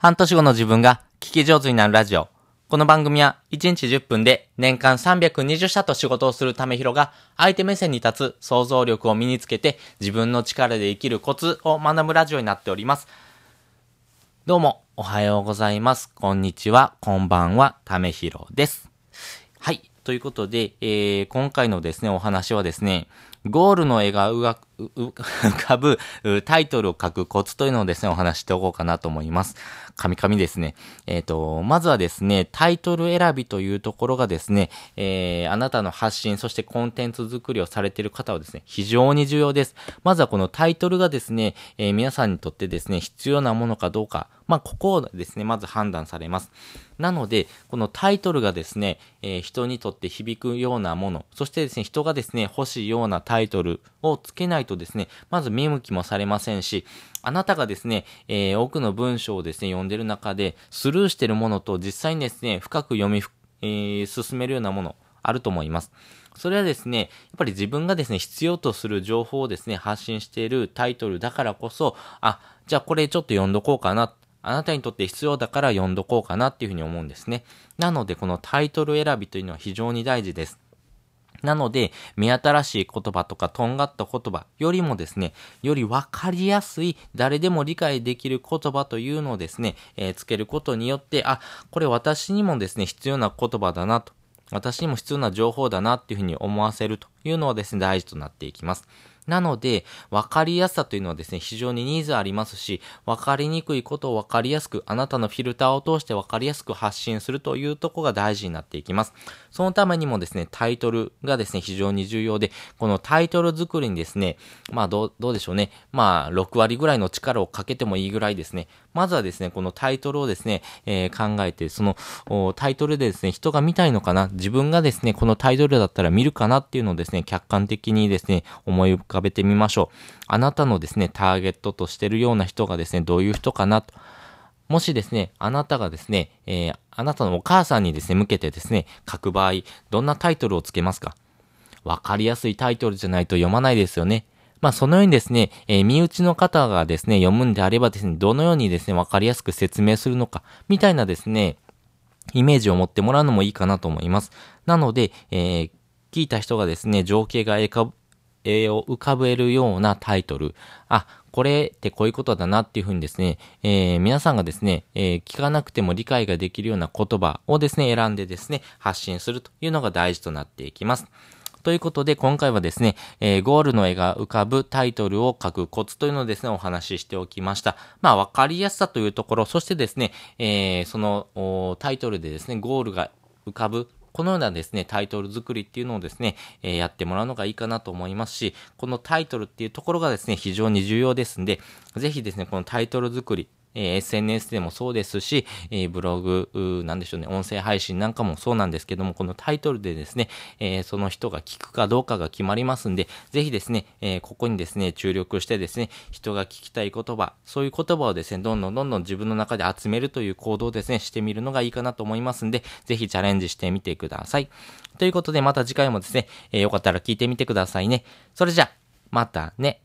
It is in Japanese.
半年後の自分が聞き上手になるラジオ。この番組は1日10分で年間320社と仕事をするためひろが相手目線に立つ想像力を身につけて自分の力で生きるコツを学ぶラジオになっております。どうもおはようございます。こんにちは、こんばんは、ためひろです。はい。ということで、今回のですね、お話はですね、ゴールの絵が浮かぶタイトルを書くコツというのをですね、お話しておこうかなと思います。神々ですね。まずはですね、タイトル選びというところがですね、あなたの発信、そしてコンテンツ作りをされている方はですね、非常に重要です。まずはこのタイトルがですね、皆さんにとってですね、必要なものかどうか、ここをですね、まず判断されます。なので、このタイトルがですね、人にとって響くようなもの、そしてですね、人がですね、欲しいようなタイトルをつけないとですね、まず見向きもされませんし、あなたがですね、多くの文章をですね、読んでる中で、スルーしているものと実際にですね、深く読み、進めるようなもの、あると思います。それはですね、やっぱり自分がですね、必要とする情報をですね、発信しているタイトルだからこそ、じゃあこれちょっと読んどこうかな。あなたにとって必要だから読んどこうかなっていうふうに思うんですね。なので、このタイトル選びというのは非常に大事です。なので、目新しい言葉とかとんがった言葉よりもですね、よりわかりやすい、誰でも理解できる言葉というのをですね、つけることによって、これ私にもですね、必要な言葉だなと、私にも必要な情報だなっていうふうに思わせるというのはですね、大事となっていきます。なので、わかりやすさというのはですね、非常にニーズありますし、わかりにくいことをわかりやすく、あなたのフィルターを通してわかりやすく発信するというところが大事になっていきます。そのためにもですね、タイトルがですね、非常に重要で、このタイトル作りにですね、どうでしょうね。6割ぐらいの力をかけてもいいぐらいですね。まずはですね、このタイトルをですね、考えて、そのタイトルでですね、人が見たいのかな、自分がですね、このタイトルだったら見るかなっていうのをですね、客観的にですね、思い浮かべてみましょう。あなたのですね、ターゲットとしてるような人がですね、どういう人かなと。もしですね、あなたがですね、あなたのお母さんにですね、向けてですね、書く場合、どんなタイトルをつけますか？わかりやすいタイトルじゃないと読まないですよね。そのようにですね、身内の方がですね、読むんであればですね、どのようにですね、わかりやすく説明するのか、みたいなですね、イメージを持ってもらうのもいいかなと思います。なので、聞いた人がですね、情景が絵を浮かべるようなタイトル。これってこういうことだなっていうふうにですね、皆さんがですね、聞かなくても理解ができるような言葉をですね、選んでですね、発信するというのが大事となっていきます。ということで、今回はですね、ゴールの絵が浮かぶタイトルを書くコツというのをですね、お話ししておきました。わかりやすさというところ、そしてですね、そのタイトルでですね、ゴールが浮かぶ、このようなですね、タイトル作りっていうのをですね、やってもらうのがいいかなと思いますし、このタイトルっていうところがですね、非常に重要ですんで、ぜひですね、このタイトル作り、SNS でもそうですし、ブログ、なんでしょうね、音声配信なんかもそうなんですけども、このタイトルでですね、その人が聞くかどうかが決まりますんで、ぜひですね、ここにですね、注力してですね、人が聞きたい言葉、そういう言葉をですね、どんどん自分の中で集めるという行動をですね、してみるのがいいかなと思いますんで、ぜひチャレンジしてみてください。ということで、また次回もですね、よかったら聞いてみてくださいね。それじゃ、またね。